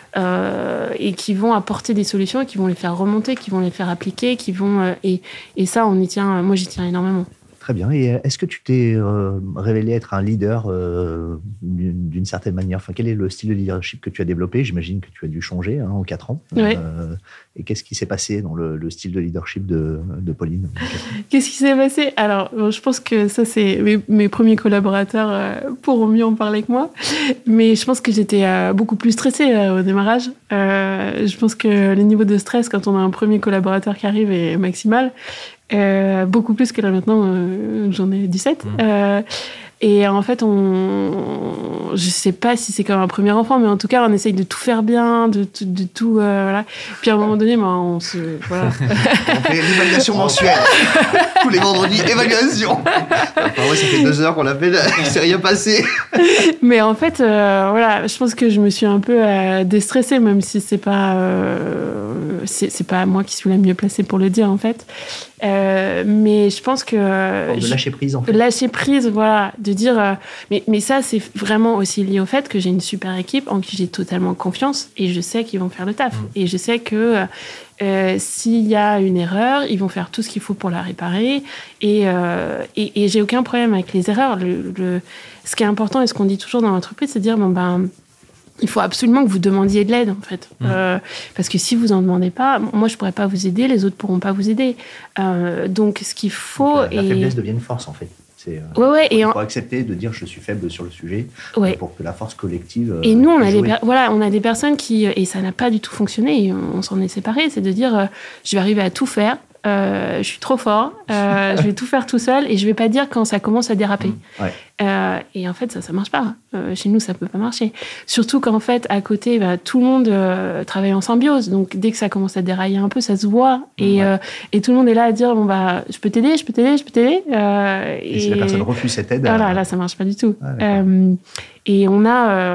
et qui vont apporter des solutions, et qui vont les faire remonter, qui vont les faire appliquer, et ça, on y tient. Moi, j'y tiens énormément. Très bien. Et est-ce que tu t'es révélé être un leader d'une certaine manière? Enfin, quel est le style de leadership que tu as développé? J'imagine que tu as dû changer en 4 ans. Oui. Et qu'est-ce qui s'est passé dans le style de leadership de Pauline? Qu'est-ce qui s'est passé? Alors, je pense que ça, c'est mes premiers collaborateurs pourront mieux en parler que moi. Mais je pense que j'étais beaucoup plus stressée au démarrage. Je pense que le niveau de stress quand on a un premier collaborateur qui arrive est maximal. Beaucoup plus que là maintenant, j'en ai 17. Et en fait, je sais pas si c'est comme un premier enfant, mais en tout cas, on essaye de tout faire bien, de tout, voilà. Puis à un moment donné, on voilà. On fait l'évaluation mensuelle. Tous les vendredis, évaluation. Enfin, ouais, ça fait 2 heures qu'on l'appelle, il s'est rien passé. Mais en fait, voilà, je pense que je me suis un peu déstressée, même si c'est pas moi qui suis la mieux placée pour le dire, en fait. Mais je pense que... de lâcher prise, en fait. Lâcher prise, voilà. De dire... mais ça, c'est vraiment aussi lié au fait que j'ai une super équipe en qui j'ai totalement confiance et je sais qu'ils vont faire le taf. Et je sais que s'il y a une erreur, ils vont faire tout ce qu'il faut pour la réparer. Et j'ai aucun problème avec les erreurs. Ce qui est important et ce qu'on dit toujours dans l'entreprise, c'est de dire, il faut absolument que vous demandiez de l'aide, en fait. Parce que si vous en demandez pas, moi, je pourrais pas vous aider, les autres pourront pas vous aider. Donc, ce qu'il faut... La faiblesse devient une force, en fait. Il faut accepter de dire je suis faible sur le sujet pour que la force collective. Et nous, on a des personnes qui, et ça n'a pas du tout fonctionné, on s'en est séparés, c'est de dire je vais arriver à tout faire, je suis trop fort, je vais tout faire tout seul et je vais pas dire quand ça commence à déraper. Et en fait, ça marche pas. Chez nous, ça peut pas marcher. Surtout qu'en fait, à côté, tout le monde travaille en symbiose. Donc, dès que ça commence à dérailler un peu, ça se voit. Et tout le monde est là à dire je peux t'aider. Et si la personne refuse cette aide... Voilà, là, ça marche pas du tout. Et on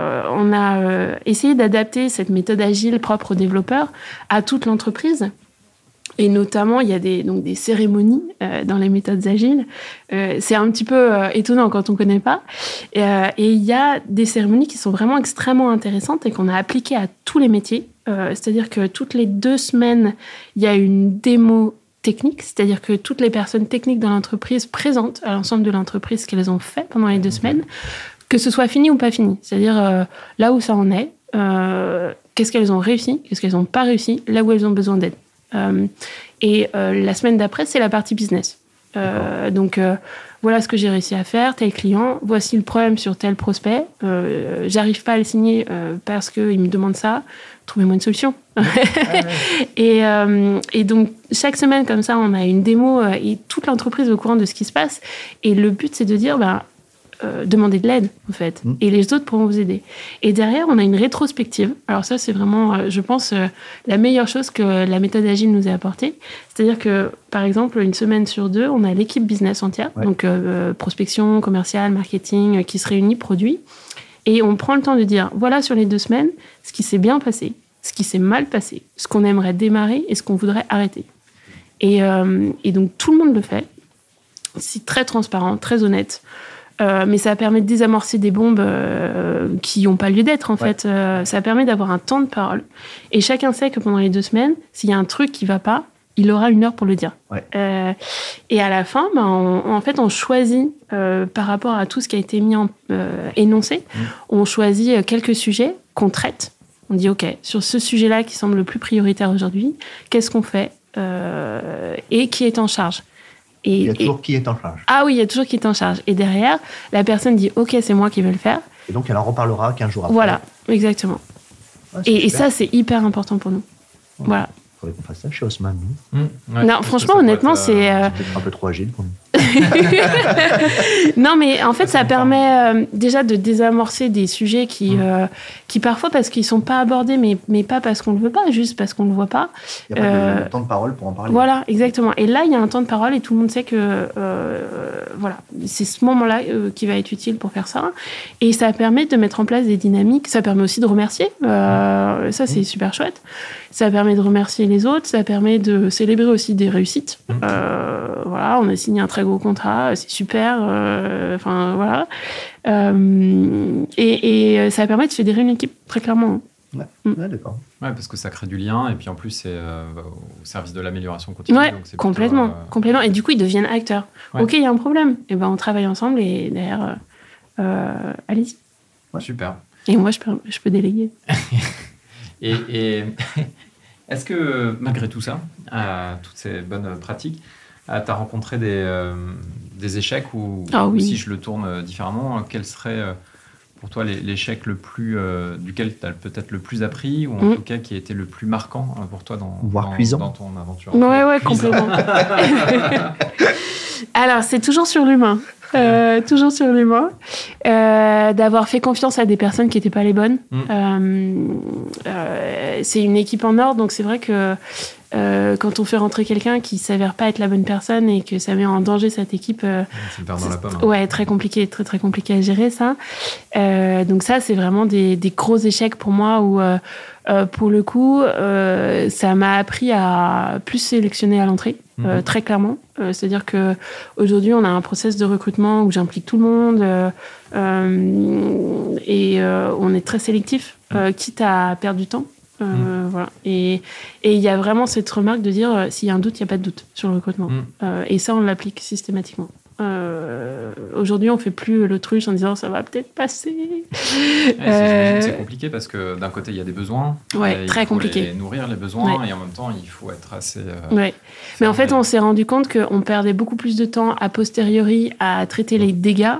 a essayé d'adapter cette méthode agile propre aux développeurs à toute l'entreprise. Et notamment, il y a des cérémonies dans les méthodes agiles. C'est un petit peu étonnant quand on ne connaît pas. Et il y a des cérémonies qui sont vraiment extrêmement intéressantes et qu'on a appliquées à tous les métiers. C'est-à-dire que toutes les 2 semaines, il y a une démo technique. C'est-à-dire que toutes les personnes techniques dans l'entreprise présentent à l'ensemble de l'entreprise ce qu'elles ont fait pendant les 2 semaines, que ce soit fini ou pas fini. C'est-à-dire là où ça en est, qu'est-ce qu'elles ont réussi, qu'est-ce qu'elles n'ont pas réussi, là où elles ont besoin d'aide. La semaine d'après, c'est la partie business. Donc, voilà ce que j'ai réussi à faire, tel client, voici le problème sur tel prospect, j'arrive pas à le signer parce qu'il me demande ça, trouvez-moi une solution. Et donc, chaque semaine, comme ça, on a une démo et toute l'entreprise est au courant de ce qui se passe. Et le but, c'est de dire... demander de l'aide, en fait. Et les autres pourront vous aider. Et derrière, on a une rétrospective. Alors ça, c'est vraiment, je pense, la meilleure chose que la méthode agile nous a apportée. C'est-à-dire que, par exemple, 1 semaine sur 2, on a l'équipe business entière, donc prospection, commercial, marketing, qui se réunit, produit. Et on prend le temps de dire, voilà, sur les 2 semaines, ce qui s'est bien passé, ce qui s'est mal passé, ce qu'on aimerait démarrer et ce qu'on voudrait arrêter. Et donc, tout le monde le fait. C'est très transparent, très honnête. Mais ça permet de désamorcer des bombes qui n'ont pas lieu d'être, en fait. Ça permet d'avoir un temps de parole. Et chacun sait que pendant les 2 semaines, s'il y a un truc qui ne va pas, il aura 1 heure pour le dire. Et à la fin, en fait, on choisit, par rapport à tout ce qui a été mis énoncé, on choisit quelques sujets qu'on traite. On dit, OK, sur ce sujet-là qui semble le plus prioritaire aujourd'hui, qu'est-ce qu'on fait et qui est en charge? Il y a toujours qui est en charge. Ah oui, il y a toujours qui est en charge. Et derrière, la personne dit « Ok, c'est moi qui vais le faire ». Et donc, elle en reparlera 15 jours après. Voilà, exactement. Et ça, c'est hyper important pour nous. Voilà. Il faudrait qu'on fasse ça chez Haussmann. Non, franchement, honnêtement, c'est... peut-être un peu trop agile pour nous. Non, mais en fait, ça permet déjà de désamorcer des sujets qui parfois, parce qu'ils ne sont pas abordés, mais pas parce qu'on ne le veut pas, juste parce qu'on ne le voit pas. Il n'y a pas de temps de parole pour en parler. Voilà, exactement. Et là, il y a un temps de parole et tout le monde sait que voilà, c'est ce moment-là qui va être utile pour faire ça. Et ça permet de mettre en place des dynamiques. Ça permet aussi de remercier. Ça, c'est super chouette. Ça permet de remercier les autres. Ça permet de célébrer aussi des réussites. Voilà, on a signé un très gros contrat. C'est super. Enfin, voilà. Et ça permet de fédérer une équipe, très clairement. Ouais, d'accord. Ouais, parce que ça crée du lien et puis en plus c'est au service de l'amélioration continue. Ouais, donc c'est complètement, plutôt, complètement. Et du coup, ils deviennent acteurs. Ouais. Ok, il y a un problème. Et ben, on travaille ensemble et derrière, allez-y. Ouais. Super. Et moi, je peux déléguer. Et est-ce que malgré tout ça, toutes ces bonnes pratiques, tu as rencontré des échecs ou oui. si je le tourne différemment, quel serait pour toi l'échec duquel tu as peut-être le plus appris ou en tout cas qui a été le plus marquant pour toi dans ton aventure? Ouais, complètement. Alors, c'est toujours sur l'humain. Toujours sur l'humain. D'avoir fait confiance à des personnes qui n'étaient pas les bonnes. C'est une équipe en or, donc c'est vrai que quand on fait rentrer quelqu'un qui ne s'avère pas être la bonne personne et que ça met en danger cette équipe, c'est le perdre dans la pomme. Ouais, très compliqué, très très compliqué à gérer ça. Donc ça, c'est vraiment des gros échecs pour moi où pour le coup, ça m'a appris à plus sélectionner à l'entrée, très clairement. C'est-à-dire que aujourd'hui, on a un process de recrutement où j'implique tout le monde et on est très sélectif, quitte à perdre du temps. Voilà. Et il y a vraiment cette remarque de dire s'il y a un doute, il n'y a pas de doute sur le recrutement. Et ça, on l'applique systématiquement. Aujourd'hui, on ne fait plus l'autruche en disant ça va peut-être passer. C'est compliqué parce que d'un côté, il y a des besoins. Ouais, très compliqué. Il faut nourrir les besoins et en même temps, il faut être assez. Ouais. Mais en fait, on s'est rendu compte qu'on perdait beaucoup plus de temps a posteriori à traiter les dégâts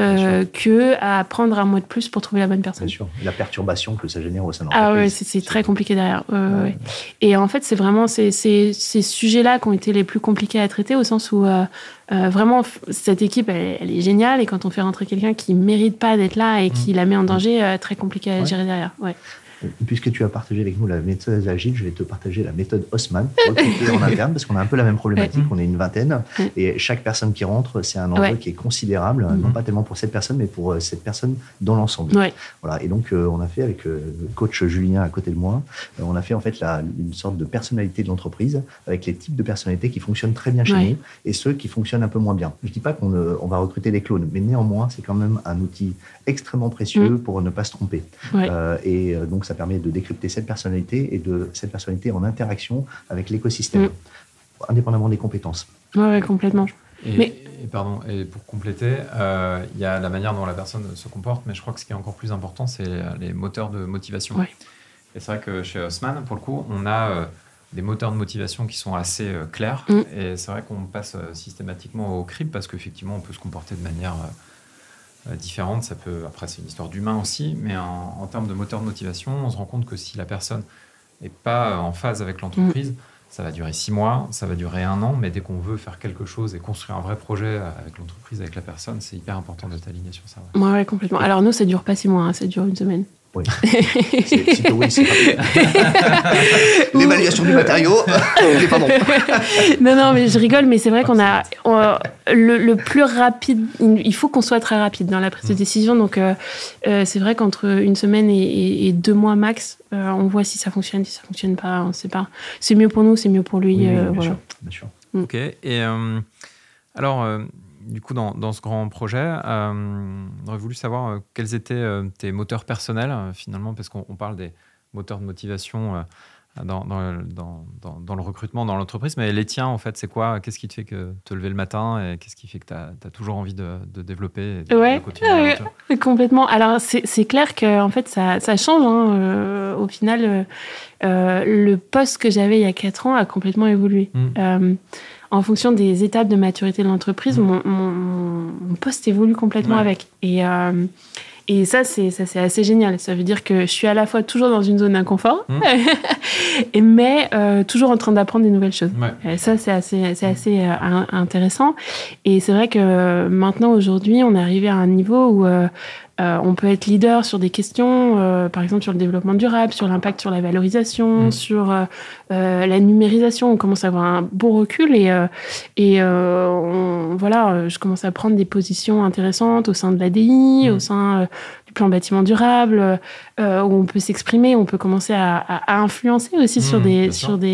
qu'à prendre un mois de plus pour trouver la bonne personne. Bien sûr. Et la perturbation que ça génère au sein de l'entreprise. Ah ouais, c'est très compliqué derrière. Ouais. Et en fait, c'est vraiment ces sujets-là qui ont été les plus compliqués à traiter au sens où vraiment, cette équipe, elle est géniale. Et quand on fait rentrer quelqu'un qui ne mérite pas d'être là et qui la met en danger, très compliqué à gérer derrière. Ouais. Puisque tu as partagé avec nous la méthode agile, je vais te partager la méthode Haussmann en interne, parce qu'on a un peu la même problématique. On est une vingtaine et chaque personne qui rentre, c'est un enjeu qui est considérable, non pas tellement pour cette personne, mais pour cette personne dans l'ensemble. Voilà. Et donc, on a fait avec le coach Julien à côté de moi, on a fait en fait une sorte de personnalité de l'entreprise avec les types de personnalités qui fonctionnent très bien chez nous et ceux qui fonctionnent un peu moins bien. Je ne dis pas qu'on va recruter des clones, mais néanmoins, c'est quand même un outil extrêmement précieux pour ne pas se tromper. Et donc, ça permet de décrypter cette personnalité et de cette personnalité en interaction avec l'écosystème, indépendamment des compétences. Oui, complètement. Et pour compléter, il y a la manière dont la personne se comporte, mais je crois que ce qui est encore plus important, c'est les moteurs de motivation. Et c'est vrai que chez Haussmann, pour le coup, on a des moteurs de motivation qui sont assez clairs. Et c'est vrai qu'on passe systématiquement au crible parce qu'effectivement, on peut se comporter de manière différente. Après, c'est une histoire d'humain aussi, mais en termes de moteur de motivation, on se rend compte que si la personne n'est pas en phase avec l'entreprise, ça va durer 6 mois, ça va durer 1 an, mais dès qu'on veut faire quelque chose et construire un vrai projet avec l'entreprise, avec la personne, c'est hyper important d'être aligné sur ça. Ouais, complètement. Alors nous, ça dure pas 6 mois, ça dure 1 semaine. Oui. C'est l'évaluation du matériau, c'est pas bon. Non, mais je rigole, mais c'est vrai qu'on a le plus rapide. Il faut qu'on soit très rapide dans la prise de décision. Donc, c'est vrai qu'entre 1 semaine et 2 mois max, on voit si ça fonctionne, si ça fonctionne pas, on sait pas. C'est mieux pour nous, c'est mieux pour lui. Bien sûr. Ok. Et alors. Du coup, dans ce grand projet, on aurait voulu savoir quels étaient tes moteurs personnels, finalement, parce qu'on parle des moteurs de motivation dans le recrutement, dans l'entreprise, mais les tiens, en fait, c'est quoi? Qu'est-ce qui te fait te lever le matin et qu'est-ce qui fait que tu as toujours envie de développer et de continuer complètement. Alors, c'est clair que en fait, ça change. Au final, le poste que j'avais il y a 4 ans a complètement évolué. En fonction des étapes de maturité de l'entreprise, mon poste évolue complètement avec. Et Et ça, c'est assez génial. Ça veut dire que je suis à la fois toujours dans une zone d'inconfort, mais toujours en train d'apprendre des nouvelles choses. Ouais. Et ça, c'est assez intéressant. Et c'est vrai que maintenant, aujourd'hui, on est arrivé à un niveau où on peut être leader sur des questions, par exemple sur le développement durable, sur l'impact sur la valorisation, sur la numérisation. On commence à avoir un beau recul et je commence à prendre des positions intéressantes au sein de l'ADI, au sein du plan bâtiment durable, où on peut s'exprimer, on peut commencer à influencer aussi sur des,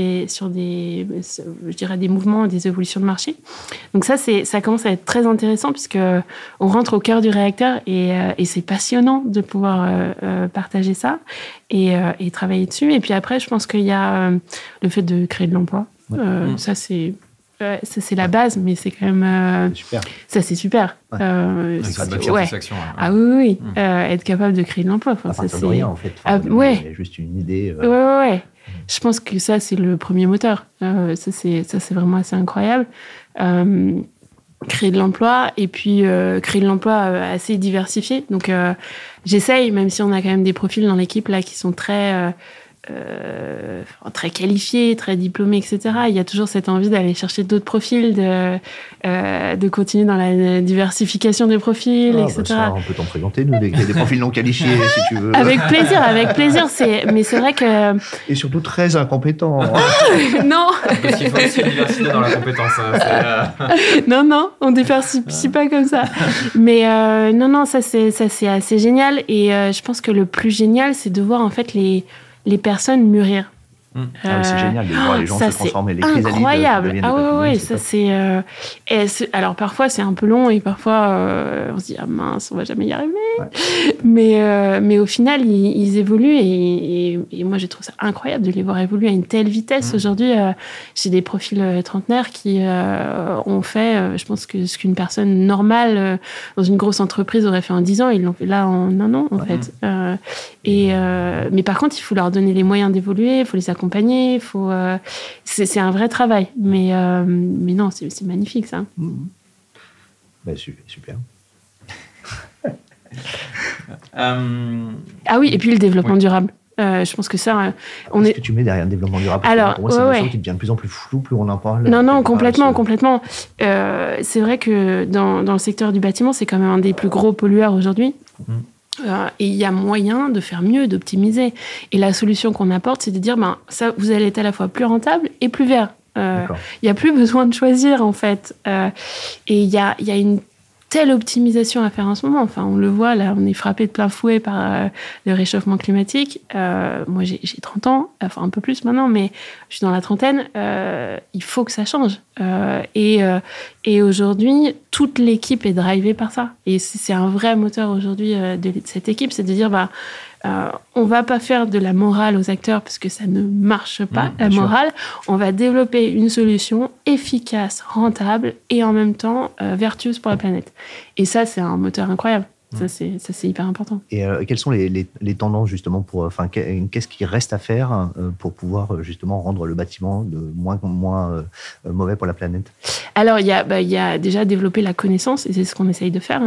je dirais, des mouvements, des évolutions de marché. Donc ça commence à être très intéressant puisque on rentre au cœur du réacteur et c'est passionnant de pouvoir partager ça et travailler dessus. Et puis après, je pense qu'il y a le fait de créer de l'emploi. Ça, c'est la base, mais c'est quand même... super. Ça, c'est super. C'est de la satisfaction. Ouais. Ah oui. Être capable de créer de l'emploi. À partir de rien, en fait. Juste une idée. Ouais. Je pense que ça, c'est le premier moteur. Ça, c'est vraiment assez incroyable. Créer de l'emploi et puis créer de l'emploi assez diversifié. Donc, j'essaye, même si on a quand même des profils dans l'équipe là qui sont très qualifiés, très diplômés, etc. Il y a toujours cette envie d'aller chercher d'autres profils, de continuer dans la diversification des profils, etc. Ça, on peut t'en présenter, nous, des profils non qualifiés, si tu veux. Avec plaisir. Mais c'est vrai que... Et surtout très incompétents. Non. Parce qu'il faut aussi une diversité dans la compétence. Non, on ne diversifie pas comme ça. Mais non, ça c'est assez génial. Et je pense que le plus génial, c'est de voir en fait les personnes mûrir. C'est génial de voir les gens se transformer, les chrysalides. Incroyable. Oui, ça c'est... alors parfois c'est un peu long et parfois on se dit mince, on va jamais y arriver. Ouais. Mais au final ils évoluent et moi je trouve ça incroyable de les voir évoluer à une telle vitesse. Aujourd'hui j'ai des profils trentenaires qui ont fait je pense que ce qu'une personne normale dans une grosse entreprise aurait fait en 10 ans, ils l'ont fait là en 1 an en fait. Mais par contre il faut leur donner les moyens d'évoluer, il faut les accompagner, c'est un vrai travail, mais non, c'est magnifique ça. Super. Ah oui, et puis le développement durable. Je pense que ça, Qu'est-ce que tu mets derrière le développement durable? Alors, pour moi, c'est une notion qui devient de plus en plus floue, plus on en parle. Non, complètement. C'est vrai que dans le secteur du bâtiment, c'est quand même un des plus gros pollueurs aujourd'hui. Et il y a moyen de faire mieux, d'optimiser. Et la solution qu'on apporte, c'est de dire, ça, vous allez être à la fois plus rentable et plus vert. Il n'y a plus besoin de choisir, en fait. Et il y a une telle optimisation à faire en ce moment. Enfin, on le voit, là, on est frappé de plein fouet par le réchauffement climatique. Moi, j'ai 30 ans, enfin un peu plus maintenant, mais je suis dans la trentaine. Il faut que ça change. Et aujourd'hui, toute l'équipe est drivée par ça. Et c'est un vrai moteur aujourd'hui de cette équipe, c'est de dire, on va pas faire de la morale aux acteurs parce que ça ne marche pas, la morale. On va développer une solution efficace, rentable et en même temps vertueuse pour la planète. Et ça, c'est un moteur incroyable. Ça, c'est hyper important. Et quelles sont les tendances, justement, qu'est-ce qui reste à faire pour pouvoir, justement, rendre le bâtiment moins mauvais pour la planète? Alors, il y a déjà développé la connaissance, et c'est ce qu'on essaye de faire.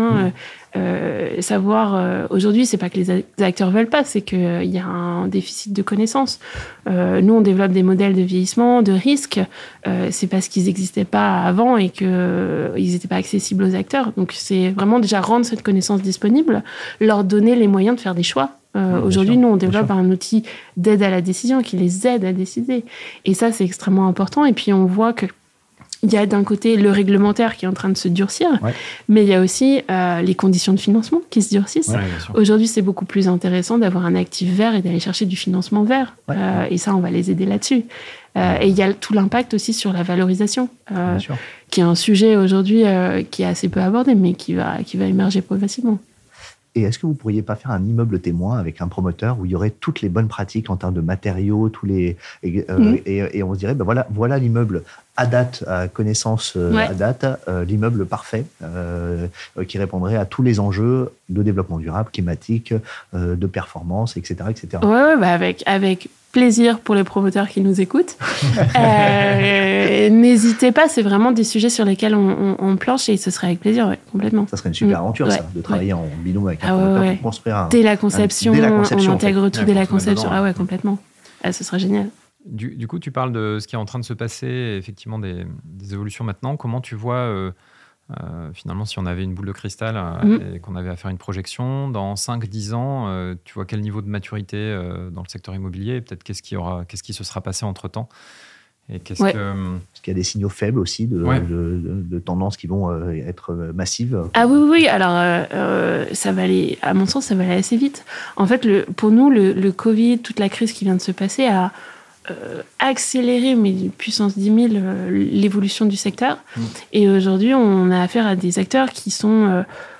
Savoir, aujourd'hui, c'est pas que les acteurs veulent pas, c'est qu'il y a un déficit de connaissances. Nous, on développe des modèles de vieillissement, de risque. C'est parce qu'ils n'existaient pas avant et qu'ils n'étaient pas accessibles aux acteurs. Donc, c'est vraiment déjà rendre cette connaissance disponible, leur donner les moyens de faire des choix. Aujourd'hui, nous, on développe un outil d'aide à la décision qui les aide à décider. Et ça, c'est extrêmement important. Et puis, on voit que il y a d'un côté le réglementaire qui est en train de se durcir, mais il y a aussi les conditions de financement qui se durcissent. Aujourd'hui, c'est beaucoup plus intéressant d'avoir un actif vert et d'aller chercher du financement vert. Et ça, on va les aider là-dessus. Et il y a tout l'impact aussi sur la valorisation, qui est un sujet aujourd'hui qui est assez peu abordé, mais qui va émerger progressivement. Et est-ce que vous ne pourriez pas faire un immeuble témoin avec un promoteur où il y aurait toutes les bonnes pratiques en termes de matériaux, et on se dirait, voilà l'immeuble à date, à connaissance à date, l'immeuble parfait qui répondrait à tous les enjeux de développement durable, climatique, de performance, etc. etc. Ouais, avec plaisir pour les promoteurs qui nous écoutent. N'hésitez pas, c'est vraiment des sujets sur lesquels on planche et ce serait avec plaisir, ouais, complètement. Ça serait une super aventure, ça, de travailler en binôme avec un promoteur pour construire un... Dès la conception, on intègre tout dès la conception. Dedans, ah ouais, complètement. Ce serait génial. Du coup, tu parles de ce qui est en train de se passer, effectivement des évolutions maintenant. Comment tu vois, finalement, si on avait une boule de cristal et qu'on avait à faire une projection, dans 5-10 ans, tu vois quel niveau de maturité dans le secteur immobilier, peut-être qu'est-ce qui se sera passé entre-temps et Est-ce qu'il y a des signaux faibles aussi de tendances qui vont être massives? Ah oui. Alors, ça va aller, à mon sens, ça va aller assez vite. En fait, pour nous, le Covid, toute la crise qui vient de se passer a accéléré, mais puissance 10 000, l'évolution du secteur. Et aujourd'hui, on a affaire à des acteurs qui sont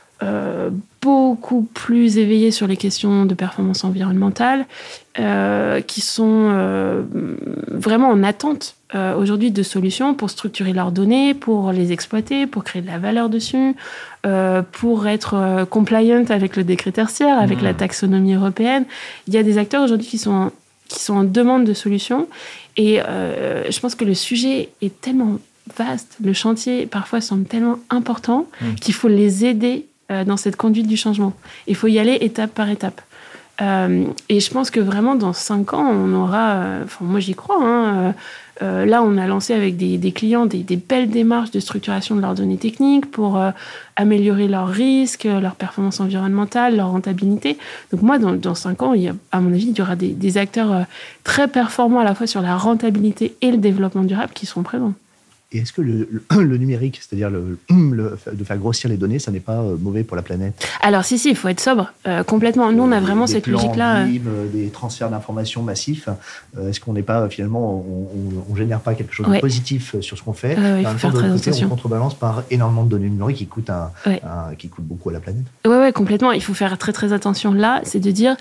beaucoup plus éveillés sur les questions de performance environnementale, qui sont vraiment en attente aujourd'hui de solutions pour structurer leurs données, pour les exploiter, pour créer de la valeur dessus, pour être compliant avec le décret tertiaire, avec la taxonomie européenne. Il y a des acteurs aujourd'hui qui sont en demande de solutions. Et je pense que le sujet est tellement vaste, le chantier parfois semble tellement important qu'il faut les aider dans cette conduite du changement. Il faut y aller étape par étape. Et je pense que vraiment, dans 5 ans, on aura... moi, j'y crois. Là, on a lancé avec des clients des belles démarches de structuration de leurs données techniques pour améliorer leurs risques, leur performance environnementale, leur rentabilité. Donc moi, dans 5 ans, à mon avis, il y aura des acteurs très performants à la fois sur la rentabilité et le développement durable qui seront présents. Et est-ce que le numérique, c'est-à-dire de faire grossir les données, ça n'est pas mauvais pour la planète? Alors si, il faut être sobre, complètement. Nous, on a vraiment cette logique-là. Des transferts d'informations massifs. Est-ce qu'on n'est pas, finalement, on génère pas quelque chose de positif sur ce qu'on fait? Il faut faire très attention. On contrebalance par énormément de données numériques qui coûtent beaucoup à la planète. Oui, complètement. Il faut faire très, très attention là. C'est de dire...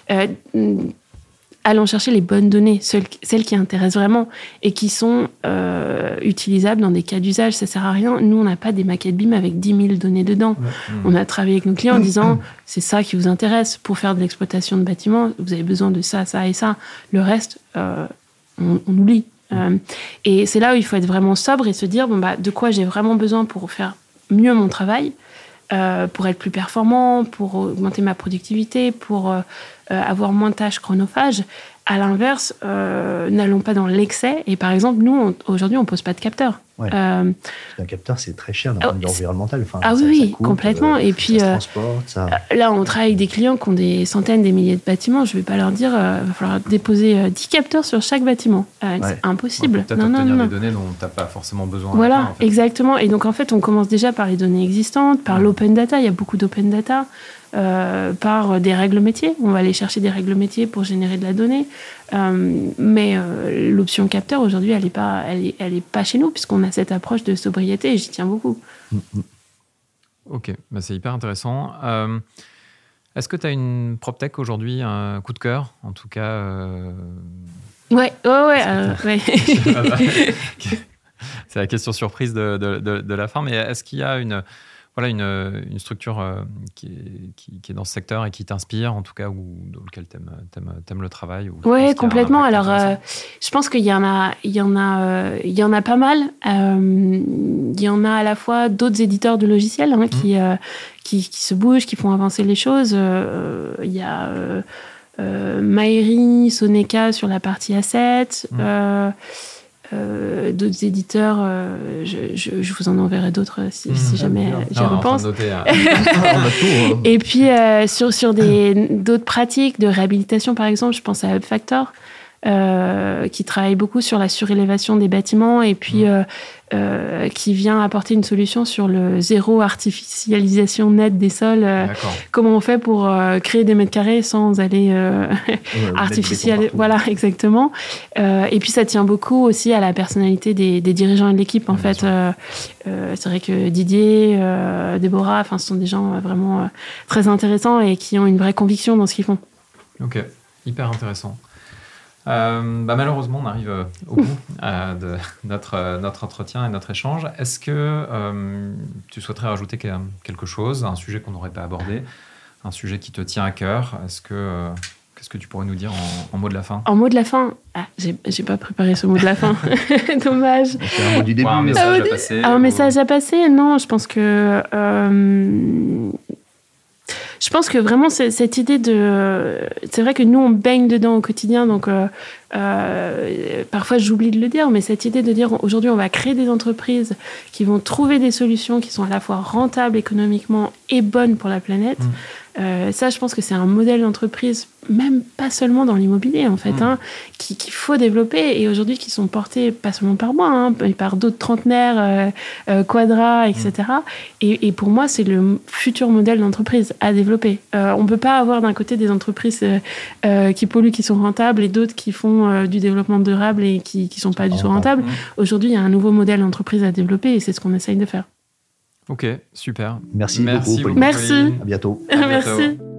allons chercher les bonnes données, celles qui intéressent vraiment et qui sont utilisables dans des cas d'usage. Ça ne sert à rien. Nous, on n'a pas des maquettes BIM avec 10 000 données dedans. On a travaillé avec nos clients en disant c'est ça qui vous intéresse. Pour faire de l'exploitation de bâtiments, vous avez besoin de ça, ça et ça. Le reste, on oublie. Et c'est là où il faut être vraiment sobre et se dire de quoi j'ai vraiment besoin pour faire mieux mon travail, pour être plus performant, pour augmenter ma productivité, pour avoir moins de tâches chronophages. À l'inverse, n'allons pas dans l'excès. Et par exemple, nous, aujourd'hui, on ne pose pas de capteur. Un capteur, c'est très cher d'un point de vue environnemental. Ça coûte, complètement. Et puis, ça se transporte, là, on travaille avec des clients qui ont des centaines, des milliers de bâtiments. Je ne vais pas leur dire, il va falloir déposer 10 capteurs sur chaque bâtiment. C'est impossible. Peut-être obtenir des données dont tu n'as pas forcément besoin. Voilà, exactement. Et donc, en fait, on commence déjà par les données existantes, par l'open data. Il y a beaucoup d'open data. Par des règles métiers. On va aller chercher des règles métiers pour générer de la donnée. Mais l'option capteur, aujourd'hui, elle est pas chez nous, puisqu'on a cette approche de sobriété et j'y tiens beaucoup. Ok, c'est hyper intéressant. Est-ce que tu as une PropTech aujourd'hui, un coup de cœur, en tout cas Ouais. C'est la question surprise de la fin, mais est-ce qu'il y a une structure qui est dans ce secteur et qui t'inspire, en tout cas, ou dans lequel t'aimes le travail? Oui, complètement. Alors, je pense qu'il y en a pas mal. Il y en a à la fois d'autres éditeurs de logiciels qui se bougent, qui font avancer les choses. Il y a Maeri, Soneca sur la partie asset. D'autres éditeurs, je vous en enverrai d'autres si jamais j'y repense. Et puis sur d'autres pratiques de réhabilitation, par exemple, je pense à HubFactor, qui travaille beaucoup sur la surélévation des bâtiments et puis qui vient apporter une solution sur le zéro artificialisation nette des sols. Comment on fait pour créer des mètres carrés sans aller artificialiser. Voilà, exactement. Et puis ça tient beaucoup aussi à la personnalité des dirigeants et de l'équipe. En fait, c'est vrai que Didier, Déborah, ce sont des gens vraiment très intéressants et qui ont une vraie conviction dans ce qu'ils font. Ok, hyper intéressant. Malheureusement, on arrive au bout de notre entretien et notre échange. Est-ce que tu souhaiterais rajouter quelque chose, un sujet qu'on n'aurait pas abordé, un sujet qui te tient à cœur? Est-ce que Qu'est-ce que tu pourrais nous dire en mot de la fin? En mot de la fin, j'ai pas préparé ce mot de la fin. Dommage. C'est un mot du début. Un message à passer. Un message à passer? Non, je pense que... je pense que vraiment, cette idée de... C'est vrai que nous, on baigne dedans au quotidien, donc parfois j'oublie de le dire, mais cette idée de dire aujourd'hui, on va créer des entreprises qui vont trouver des solutions qui sont à la fois rentables économiquement et bonnes pour la planète, ça, je pense que c'est un modèle d'entreprise, même pas seulement dans l'immobilier, en fait, qu'il faut développer, et aujourd'hui qui sont portés, pas seulement par moi, mais par d'autres trentenaires, Quadra, etc. Et pour moi, c'est le futur modèle d'entreprise à développer. On ne peut pas avoir d'un côté des entreprises qui polluent, qui sont rentables, et d'autres qui font du développement durable et qui ne sont pas du tout rentables. Aujourd'hui, il y a un nouveau modèle d'entreprise à développer, et c'est ce qu'on essaye de faire. Ok, super. Merci beaucoup, Pauline. Merci. À bientôt. Merci.